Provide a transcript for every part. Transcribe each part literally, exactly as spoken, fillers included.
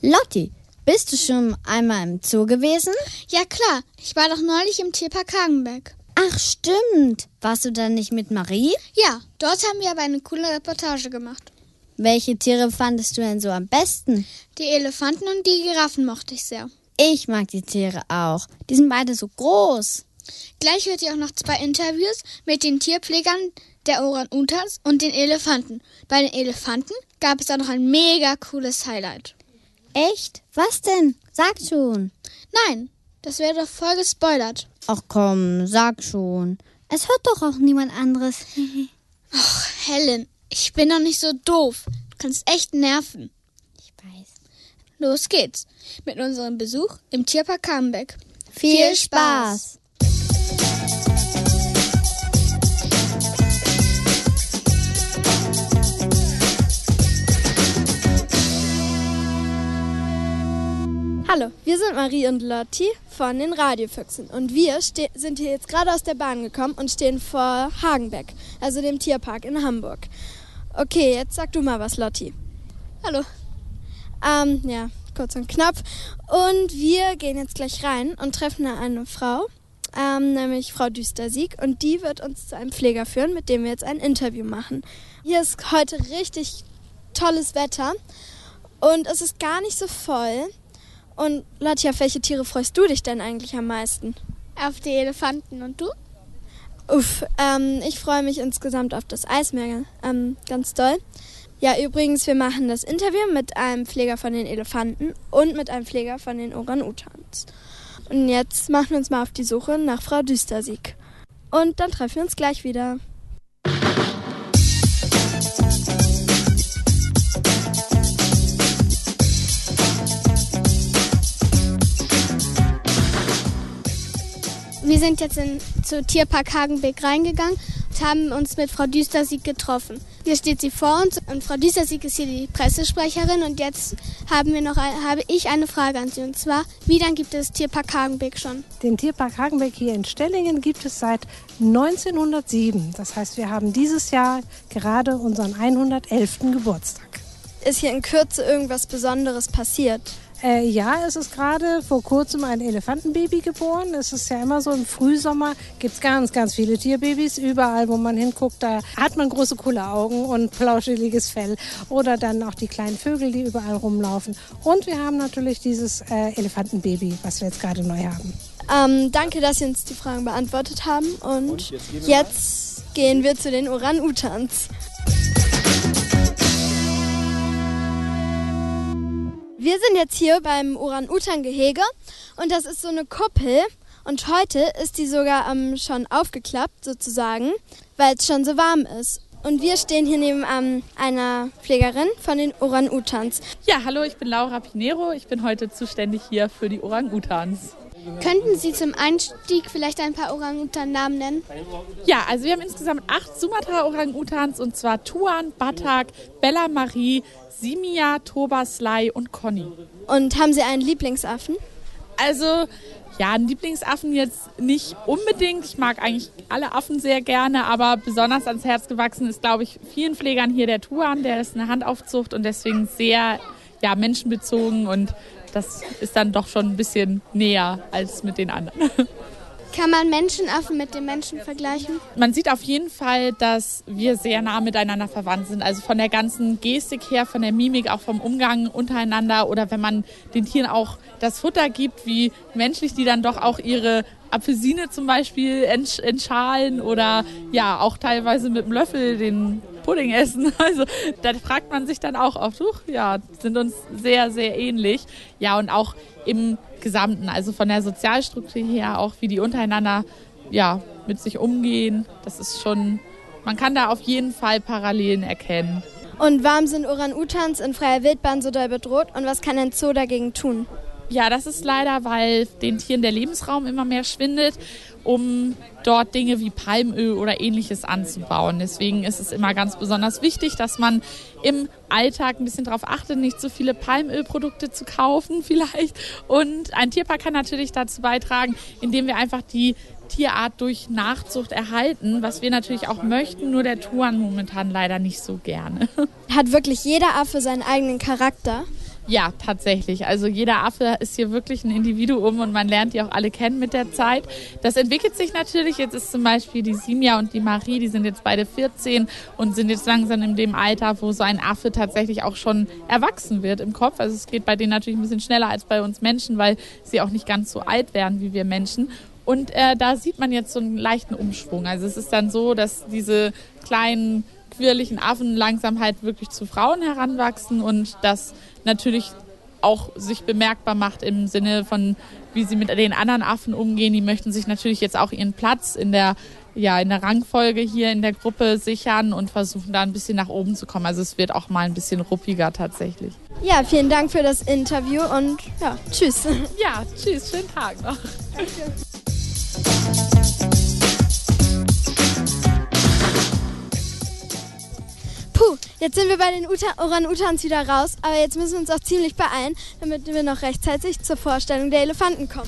Lotti, bist du schon einmal im Zoo gewesen? Ja klar, ich war doch neulich im Tierpark Hagenbeck. Ach stimmt, warst du dann nicht mit Marie? Ja, dort haben wir aber eine coole Reportage gemacht. Welche Tiere fandest du denn so am besten? Die Elefanten und die Giraffen mochte ich sehr. Ich mag die Tiere auch, die sind beide so groß. Gleich hört ihr auch noch zwei Interviews mit den Tierpflegern der Orang-Utans und den Elefanten. Bei den Elefanten gab es auch noch ein mega cooles Highlight. Echt? Was denn? Sag schon. Nein, das wäre doch voll gespoilert. Ach komm, sag schon. Es hört doch auch niemand anderes. Ach, Helen, ich bin doch nicht so doof. Du kannst echt nerven. Ich weiß. Los geht's mit unserem Besuch im Tierpark Hagenbeck. Viel, Viel Spaß. Hallo, wir sind Marie und Lotti von den Radiofüchsen und wir ste- sind hier jetzt gerade aus der Bahn gekommen und stehen vor Hagenbeck, also dem Tierpark in Hamburg. Okay, jetzt sag du mal was, Lotti. Hallo. Ähm, ja, kurz und knapp. Und wir gehen jetzt gleich rein und treffen da eine Frau, ähm, nämlich Frau Düstersieg, und die wird uns zu einem Pfleger führen, mit dem wir jetzt ein Interview machen. Hier ist heute richtig tolles Wetter und es ist gar nicht so voll. Und Lotti, auf welche Tiere freust du dich denn eigentlich am meisten? Auf die Elefanten. Und du? Uff, ähm, ich freue mich insgesamt auf das Eismeer, ähm, ganz doll. Ja, übrigens, wir machen das Interview mit einem Pfleger von den Elefanten und mit einem Pfleger von den Orang-Utans. Und jetzt machen wir uns mal auf die Suche nach Frau Düstersieg. Und dann treffen wir uns gleich wieder. Wir sind jetzt in, zu Tierpark Hagenbeck reingegangen und haben uns mit Frau Düstersieg getroffen. Hier steht sie vor uns und Frau Düstersieg ist hier die Pressesprecherin und jetzt haben wir noch ein, habe ich eine Frage an Sie und zwar, wie lange gibt es Tierpark Hagenbeck schon? Den Tierpark Hagenbeck hier in Stellingen gibt es seit neunzehnhundertsieben. Das heißt, wir haben dieses Jahr gerade unseren hundertelften Geburtstag. Ist hier in Kürze irgendwas Besonderes passiert? Äh, ja, es ist gerade vor kurzem ein Elefantenbaby geboren. Es ist ja immer so, im Frühsommer gibt es ganz, ganz viele Tierbabys. Überall, wo man hinguckt, da hat man große, coole Augen und plauscheliges Fell. Oder dann auch die kleinen Vögel, die überall rumlaufen. Und wir haben natürlich dieses äh, Elefantenbaby, was wir jetzt gerade neu haben. Ähm, danke, dass Sie uns die Fragen beantwortet haben. Und, und jetzt, gehen wir, jetzt gehen wir zu den Orang-Utans. Wir sind jetzt hier beim Orang-Utan-Gehege und das ist so eine Kuppel und heute ist die sogar ähm, schon aufgeklappt sozusagen, weil es schon so warm ist. Und wir stehen hier neben ähm, einer Pflegerin von den Orang-Utans. Ja, hallo, ich bin Laura Pinero, ich bin heute zuständig hier für die Orang-Utans. Könnten Sie zum Einstieg vielleicht ein paar Orang-Utan-Namen nennen? Ja, also wir haben insgesamt acht Sumatra-Orang-Utans und zwar Tuan, Batak, Bella Marie, Simia, Tobaslai und Conny. Und haben Sie einen Lieblingsaffen? Also, ja, einen Lieblingsaffen jetzt nicht unbedingt. Ich mag eigentlich alle Affen sehr gerne, aber besonders ans Herz gewachsen ist, glaube ich, vielen Pflegern hier der Tuan. Der ist eine Handaufzucht und deswegen sehr ja, menschenbezogen und das ist dann doch schon ein bisschen näher als mit den anderen. Kann man Menschenaffen mit den Menschen vergleichen? Man sieht auf jeden Fall, dass wir sehr nah miteinander verwandt sind. Also von der ganzen Gestik her, von der Mimik, auch vom Umgang untereinander oder wenn man den Tieren auch das Futter gibt, wie menschlich die dann doch auch ihre Apfelsine zum Beispiel entschalen oder ja auch teilweise mit dem Löffel den Pudding essen. Also da fragt man sich dann auch oft, huch, ja, sind uns sehr, sehr ähnlich. Ja, und auch im Gesamten, also von der Sozialstruktur her, auch wie die untereinander ja, mit sich umgehen. Das ist schon, man kann da auf jeden Fall Parallelen erkennen. Und warum sind Orang-Utans in freier Wildbahn so doll bedroht und was kann ein Zoo dagegen tun? Ja, das ist leider, weil den Tieren der Lebensraum immer mehr schwindet, um dort Dinge wie Palmöl oder Ähnliches anzubauen. Deswegen ist es immer ganz besonders wichtig, dass man im Alltag ein bisschen darauf achtet, nicht so viele Palmölprodukte zu kaufen vielleicht. Und ein Tierpark kann natürlich dazu beitragen, indem wir einfach die Tierart durch Nachzucht erhalten, was wir natürlich auch möchten, nur der Tuan momentan leider nicht so gerne. Hat wirklich jeder Affe seinen eigenen Charakter? Ja, tatsächlich. Also jeder Affe ist hier wirklich ein Individuum und man lernt die auch alle kennen mit der Zeit. Das entwickelt sich natürlich. Jetzt ist zum Beispiel die Simia und die Marie, die sind jetzt beide vierzehn und sind jetzt langsam in dem Alter, wo so ein Affe tatsächlich auch schon erwachsen wird im Kopf. Also es geht bei denen natürlich ein bisschen schneller als bei uns Menschen, weil sie auch nicht ganz so alt werden wie wir Menschen. Und äh, da sieht man jetzt so einen leichten Umschwung. Also es ist dann so, dass diese kleinen quirligen Affen langsam halt wirklich zu Frauen heranwachsen und das natürlich auch sich bemerkbar macht im Sinne von, wie sie mit den anderen Affen umgehen. Die möchten sich natürlich jetzt auch ihren Platz in der, ja, in der Rangfolge hier in der Gruppe sichern und versuchen da ein bisschen nach oben zu kommen. Also es wird auch mal ein bisschen ruppiger tatsächlich. Ja, vielen Dank für das Interview und ja, tschüss. Ja, tschüss, schönen Tag noch. Danke. Puh, jetzt sind wir bei den Orang-Utans wieder raus, aber jetzt müssen wir uns auch ziemlich beeilen, damit wir noch rechtzeitig zur Vorstellung der Elefanten kommen.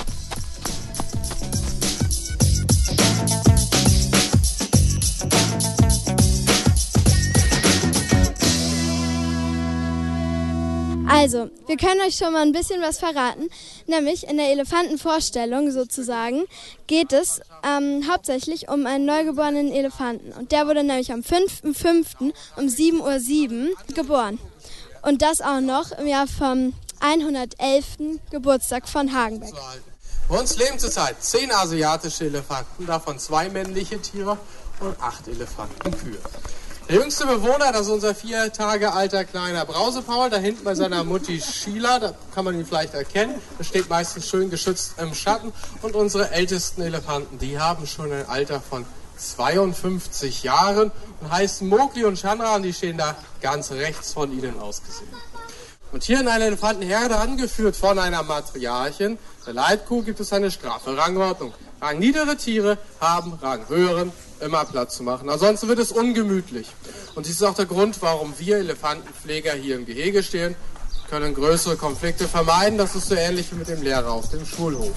Also, wir können euch schon mal ein bisschen was verraten, nämlich in der Elefantenvorstellung sozusagen geht es ähm, hauptsächlich um einen neugeborenen Elefanten. Und der wurde nämlich am fünften fünften um sieben Uhr sieben geboren. Und das auch noch im Jahr vom hundertelften Geburtstag von Hagenbeck. Bei uns leben zurzeit zehn asiatische Elefanten, davon zwei männliche Tiere und acht Elefantenkühe. Der jüngste Bewohner, das ist unser vier Tage alter kleiner Brausepaul, da hinten bei seiner Mutti Sheila, da kann man ihn vielleicht erkennen, der steht meistens schön geschützt im Schatten. Und unsere ältesten Elefanten, die haben schon ein Alter von zweiundfünfzig Jahren und heißen Mowgli und Chandra und die stehen da ganz rechts von ihnen aus gesehen. Und hier in einer Elefantenherde, angeführt von einer Matriarchin, der Leitkuh, gibt es eine straffe Rangordnung. Rangniedere Tiere haben Ranghöheren immer Platz zu machen. Ansonsten wird es ungemütlich. Und dies ist auch der Grund, warum wir Elefantenpfleger hier im Gehege stehen, können größere Konflikte vermeiden. Das ist so ähnlich wie mit dem Lehrer auf dem Schulhof.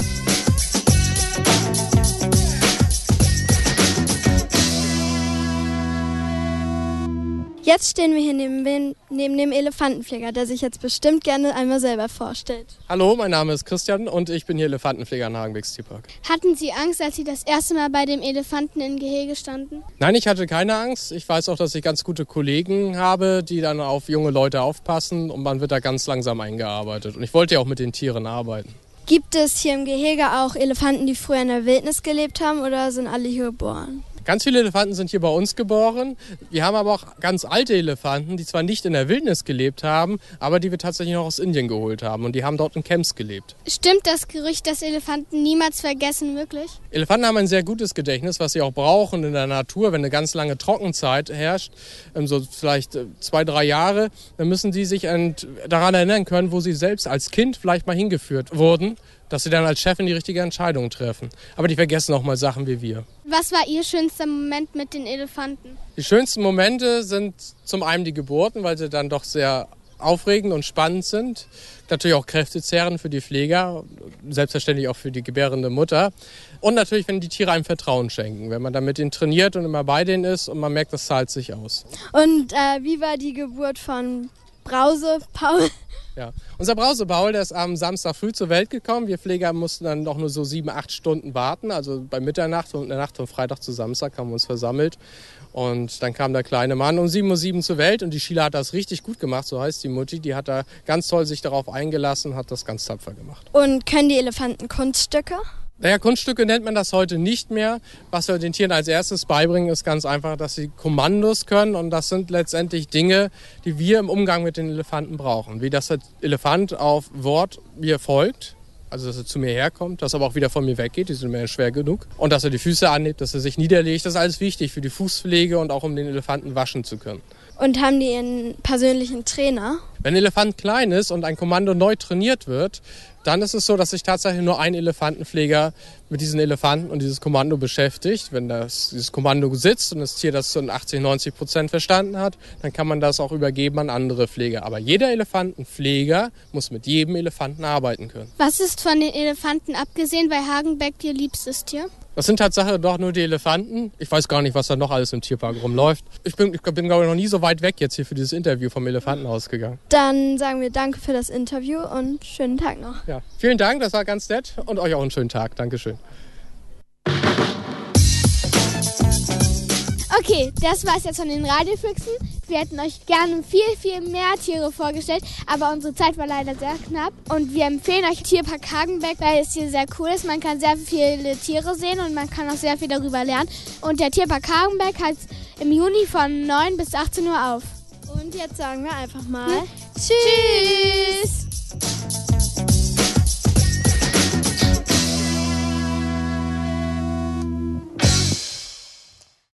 Jetzt stehen wir hier neben dem, neben dem Elefantenpfleger, der sich jetzt bestimmt gerne einmal selber vorstellt. Hallo, mein Name ist Christian und ich bin hier Elefantenpfleger in Hagenbecks Tierpark. Hatten Sie Angst, als Sie das erste Mal bei dem Elefanten im Gehege standen? Nein, ich hatte keine Angst. Ich weiß auch, dass ich ganz gute Kollegen habe, die dann auf junge Leute aufpassen und man wird da ganz langsam eingearbeitet. Und ich wollte ja auch mit den Tieren arbeiten. Gibt es hier im Gehege auch Elefanten, die früher in der Wildnis gelebt haben oder sind alle hier geboren? Ganz viele Elefanten sind hier bei uns geboren. Wir haben aber auch ganz alte Elefanten, die zwar nicht in der Wildnis gelebt haben, aber die wir tatsächlich noch aus Indien geholt haben. Und die haben dort in Camps gelebt. Stimmt das Gerücht, dass Elefanten niemals vergessen, wirklich? Elefanten haben ein sehr gutes Gedächtnis, was sie auch brauchen in der Natur. Wenn eine ganz lange Trockenzeit herrscht, so vielleicht zwei, drei Jahre, dann müssen sie sich daran erinnern können, wo sie selbst als Kind vielleicht mal hingeführt wurden, dass sie dann als Chefin die richtige Entscheidung treffen. Aber die vergessen auch mal Sachen wie wir. Was war Ihr schönster Moment mit den Elefanten? Die schönsten Momente sind zum einen die Geburten, weil sie dann doch sehr aufregend und spannend sind. Natürlich auch kräftezehrend für die Pfleger, selbstverständlich auch für die gebärende Mutter. Und natürlich, wenn die Tiere einem Vertrauen schenken, wenn man dann mit ihnen trainiert und immer bei denen ist und man merkt, das zahlt sich aus. Und äh, wie war die Geburt von Brause, Paul? Ja, unser Brause-Paul, der ist am Samstag früh zur Welt gekommen. Wir Pfleger mussten dann noch nur so sieben, acht Stunden warten. Also bei Mitternacht und in der Nacht von Freitag zu Samstag haben wir uns versammelt. Und dann kam der kleine Mann um sieben Uhr sieben zur Welt und die Sheila hat das richtig gut gemacht, so heißt die Mutti. Die hat da ganz toll sich darauf eingelassen, hat das ganz tapfer gemacht. Und können die Elefanten Kunststücke? Naja, Kunststücke nennt man das heute nicht mehr. Was wir den Tieren als erstes beibringen, ist ganz einfach, dass sie Kommandos können. Und das sind letztendlich Dinge, die wir im Umgang mit den Elefanten brauchen. Wie das der Elefant auf Wort mir folgt, also dass er zu mir herkommt, dass er aber auch wieder von mir weggeht, die sind mir schwer genug. Und dass er die Füße anhebt, dass er sich niederlegt, das ist alles wichtig für die Fußpflege und auch um den Elefanten waschen zu können. Und haben die einen persönlichen Trainer? Wenn ein Elefant klein ist und ein Kommando neu trainiert wird, dann ist es so, dass sich tatsächlich nur ein Elefantenpfleger mit diesen Elefanten und dieses Kommando beschäftigt. Wenn das, dieses Kommando sitzt und das Tier das zu achtzig, neunzig Prozent verstanden hat, dann kann man das auch übergeben an andere Pfleger. Aber jeder Elefantenpfleger muss mit jedem Elefanten arbeiten können. Was ist von den Elefanten abgesehen bei Hagenbeck Ihr liebstes Tier? Das sind Tatsache doch nur die Elefanten. Ich weiß gar nicht, was da noch alles im Tierpark rumläuft. Ich bin, ich bin glaube ich, noch nie so weit weg jetzt hier für dieses Interview vom Elefantenhaus gegangen. Dann sagen wir danke für das Interview und schönen Tag noch. Ja, vielen Dank, das war ganz nett und euch auch einen schönen Tag. Dankeschön. Okay, das war's jetzt von den Radiofüchsen. Wir hätten euch gerne viel, viel mehr Tiere vorgestellt, aber unsere Zeit war leider sehr knapp. Und wir empfehlen euch Tierpark Hagenbeck, weil es hier sehr cool ist. Man kann sehr viele Tiere sehen und man kann auch sehr viel darüber lernen. Und der Tierpark Hagenbeck hat im Juni von neun bis achtzehn Uhr auf. Und jetzt sagen wir einfach mal hm? Tschüss!